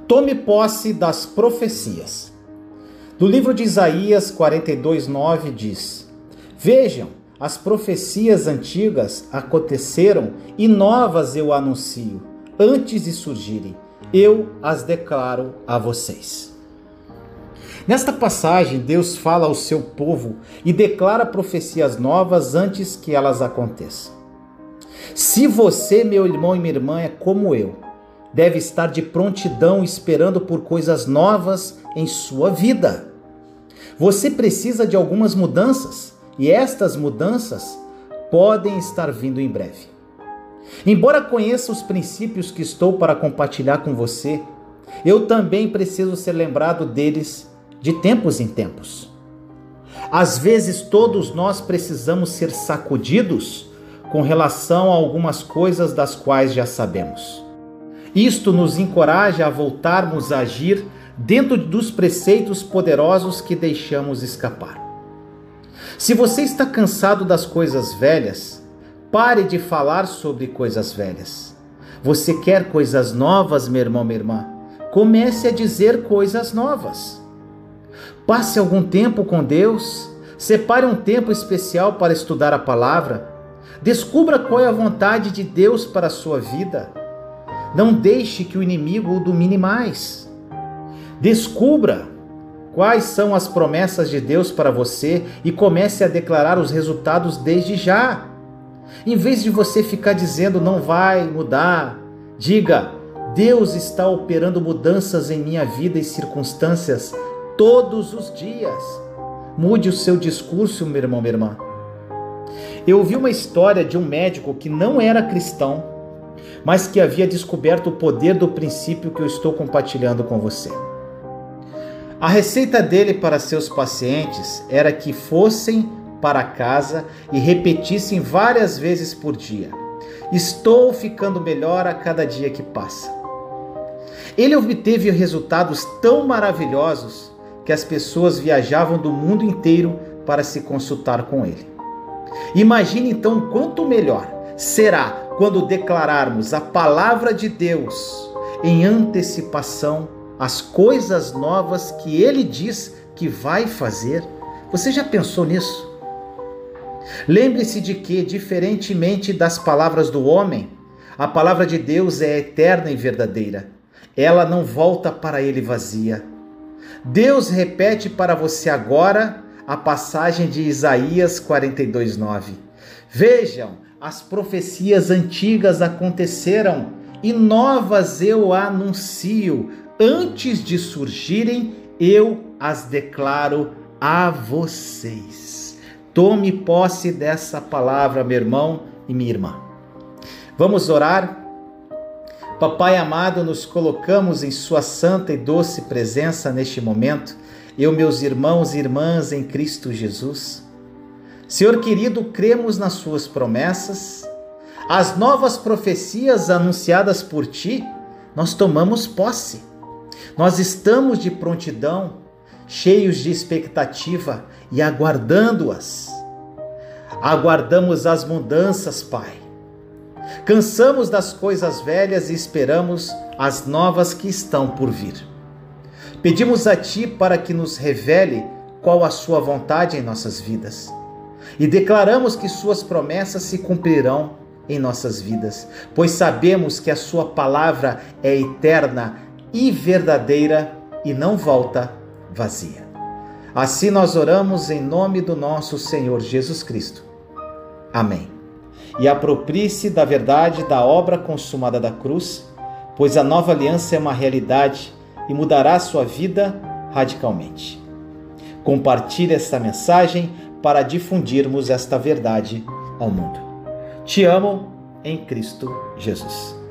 Tome posse das profecias. Do livro de Isaías 42:9 diz: Vejam, as profecias antigas aconteceram e novas eu anuncio. Antes de surgirem, eu as declaro a vocês. Nesta passagem, Deus fala ao seu povo e declara profecias novas antes que elas aconteçam. Se você, meu irmão e minha irmã, é como eu, deve estar de prontidão esperando por coisas novas em sua vida. Você precisa de algumas mudanças e estas mudanças podem estar vindo em breve. Embora conheça os princípios que estou para compartilhar com você, eu também preciso ser lembrado deles de tempos em tempos. Às vezes todos nós precisamos ser sacudidos com relação a algumas coisas das quais já sabemos. Isto nos encoraja a voltarmos a agir dentro dos preceitos poderosos que deixamos escapar. Se você está cansado das coisas velhas, pare de falar sobre coisas velhas. Você quer coisas novas, meu irmão, minha irmã? Comece a dizer coisas novas. Passe algum tempo com Deus, separe um tempo especial para estudar a palavra. Descubra qual é a vontade de Deus para a sua vida. Não deixe que o inimigo o domine mais. Descubra quais são as promessas de Deus para você e comece a declarar os resultados desde já. Em vez de você ficar dizendo não vai mudar, diga: Deus está operando mudanças em minha vida e circunstâncias todos os dias. Mude o seu discurso, meu irmão, minha irmã. Eu ouvi uma história de um médico que não era cristão, mas que havia descoberto o poder do princípio que eu estou compartilhando com você. A receita dele para seus pacientes era que fossem para casa e repetissem várias vezes por dia: estou ficando melhor a cada dia que passa. Ele obteve resultados tão maravilhosos que as pessoas viajavam do mundo inteiro para se consultar com ele. Imagine então quanto melhor será quando declararmos a palavra de Deus em antecipação as coisas novas que ele diz que vai fazer. Você já pensou nisso? Lembre-se de que, diferentemente das palavras do homem, a palavra de Deus é eterna e verdadeira. Ela não volta para ele vazia. Deus repete para você agora a passagem de Isaías 42:9. Vejam, as profecias antigas aconteceram e novas eu anuncio. Antes de surgirem, eu as declaro a vocês. Tome posse dessa palavra, meu irmão e minha irmã. Vamos orar? Papai amado, nos colocamos em sua santa e doce presença neste momento, eu, meus irmãos e irmãs em Cristo Jesus. Senhor querido, cremos nas suas promessas, as novas profecias anunciadas por ti, nós tomamos posse. Nós estamos de prontidão, cheios de expectativa e aguardando-as. Aguardamos as mudanças, Pai. Cansamos das coisas velhas e esperamos as novas que estão por vir. Pedimos a Ti para que nos revele qual a Sua vontade em nossas vidas. E declaramos que Suas promessas se cumprirão em nossas vidas, pois sabemos que a Sua palavra é eterna e verdadeira e não volta vazia. Assim nós oramos em nome do nosso Senhor Jesus Cristo. Amém. E aproprie-se da verdade da obra consumada da cruz, pois a nova aliança é uma realidade e mudará a sua vida radicalmente. Compartilhe esta mensagem para difundirmos esta verdade ao mundo. Te amo em Cristo Jesus.